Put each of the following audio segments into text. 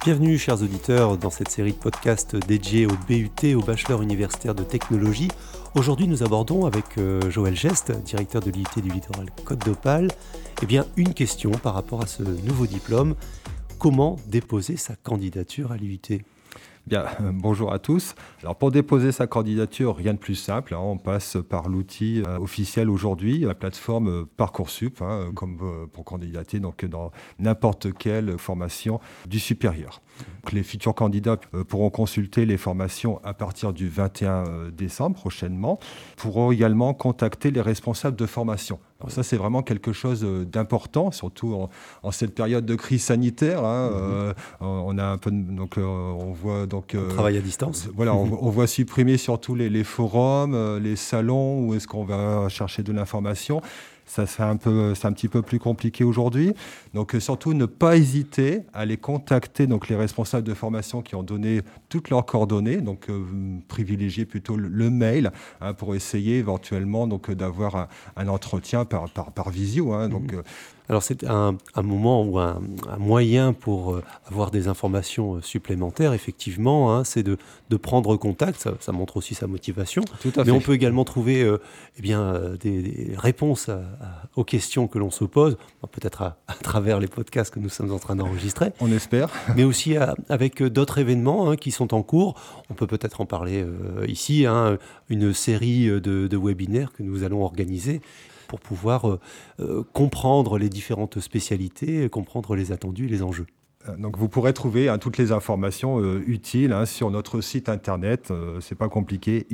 Bienvenue chers auditeurs dans cette série de podcasts dédiés au BUT, au Bachelor universitaire de technologie. Aujourd'hui nous abordons avec Joël Geste, directeur de l'IUT du Littoral Côte d'Opale, une question par rapport à ce nouveau diplôme. Comment déposer sa candidature à l'IUT ? Bonjour à tous. Alors pour déposer sa candidature, rien de plus simple. On passe par l'outil officiel aujourd'hui, la plateforme Parcoursup, comme pour candidater donc, dans n'importe quelle formation du supérieur. Donc, les futurs candidats pourront consulter les formations à partir du 21 décembre prochainement, pourront également contacter les responsables de formation. Alors ça, c'est vraiment quelque chose d'important, surtout en cette période de crise sanitaire. On a un peu, on voit on travaille à distance. Voilà, on voit supprimer surtout les forums, les salons où est-ce qu'on va chercher de l'information. Ça, c'est un petit peu plus compliqué aujourd'hui. Donc, surtout, ne pas hésiter à aller contacter donc, les responsables de formation qui ont donné toutes leurs coordonnées. Donc, privilégier plutôt le mail pour essayer éventuellement donc, d'avoir un entretien par visio. Alors, c'est un moment ou un moyen pour avoir des informations supplémentaires, effectivement, c'est de prendre contact. Ça montre aussi sa motivation. Tout à fait. Mais on peut également trouver des réponses aux questions que l'on se pose, peut-être à travers les podcasts que nous sommes en train d'enregistrer. On espère. Mais aussi avec d'autres événements qui sont en cours. On peut peut-être en parler ici, une série de webinaires que nous allons organiser pour pouvoir comprendre les différentes spécialités, comprendre les attendus et les enjeux. Donc vous pourrez trouver toutes les informations utiles sur notre site internet. C'est pas compliqué,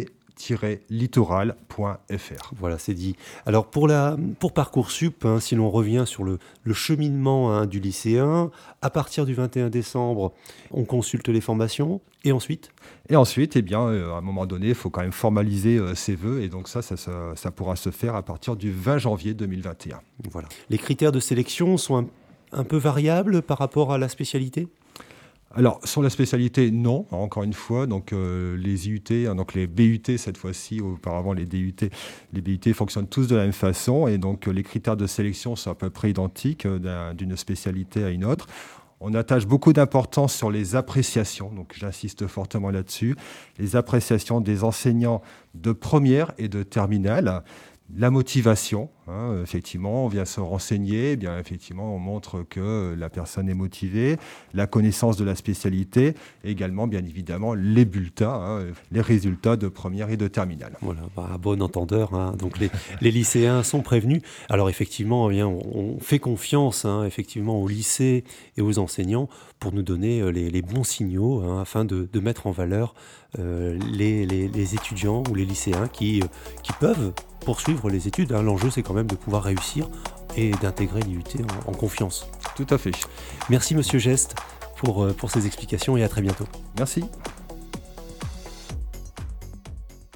ut-littoral.fr. Voilà, c'est dit. Alors pour Parcoursup, si l'on revient sur le cheminement du lycéen, à partir du 21 décembre, on consulte les formations et ensuite ? Et ensuite, à un moment donné, il faut quand même formaliser ses vœux et donc ça pourra se faire à partir du 20 janvier 2021. Voilà. Les critères de sélection sont un peu variables par rapport à la spécialité ? Alors, sur la spécialité, non, encore une fois. Donc, les IUT, donc les BUT cette fois-ci, auparavant les DUT, les BUT fonctionnent tous de la même façon. Et donc, les critères de sélection sont à peu près identiques d'une spécialité à une autre. On attache beaucoup d'importance sur les appréciations, donc j'insiste fortement là-dessus. Les appréciations des enseignants de première et de terminale. La motivation, effectivement, on vient se renseigner, effectivement, on montre que la personne est motivée, la connaissance de la spécialité, et également, bien évidemment, les bulletins, les résultats de première et de terminale. Voilà, à bon entendeur, donc les lycéens sont prévenus. Alors effectivement, on fait confiance effectivement aux lycées et aux enseignants pour nous donner les bons signaux afin de mettre en valeur les étudiants ou les lycéens qui peuvent poursuivre les études. L'enjeu, c'est quand même de pouvoir réussir et d'intégrer l'IUT en confiance. Tout à fait. Merci Monsieur Geste pour ces explications et à très bientôt. Merci.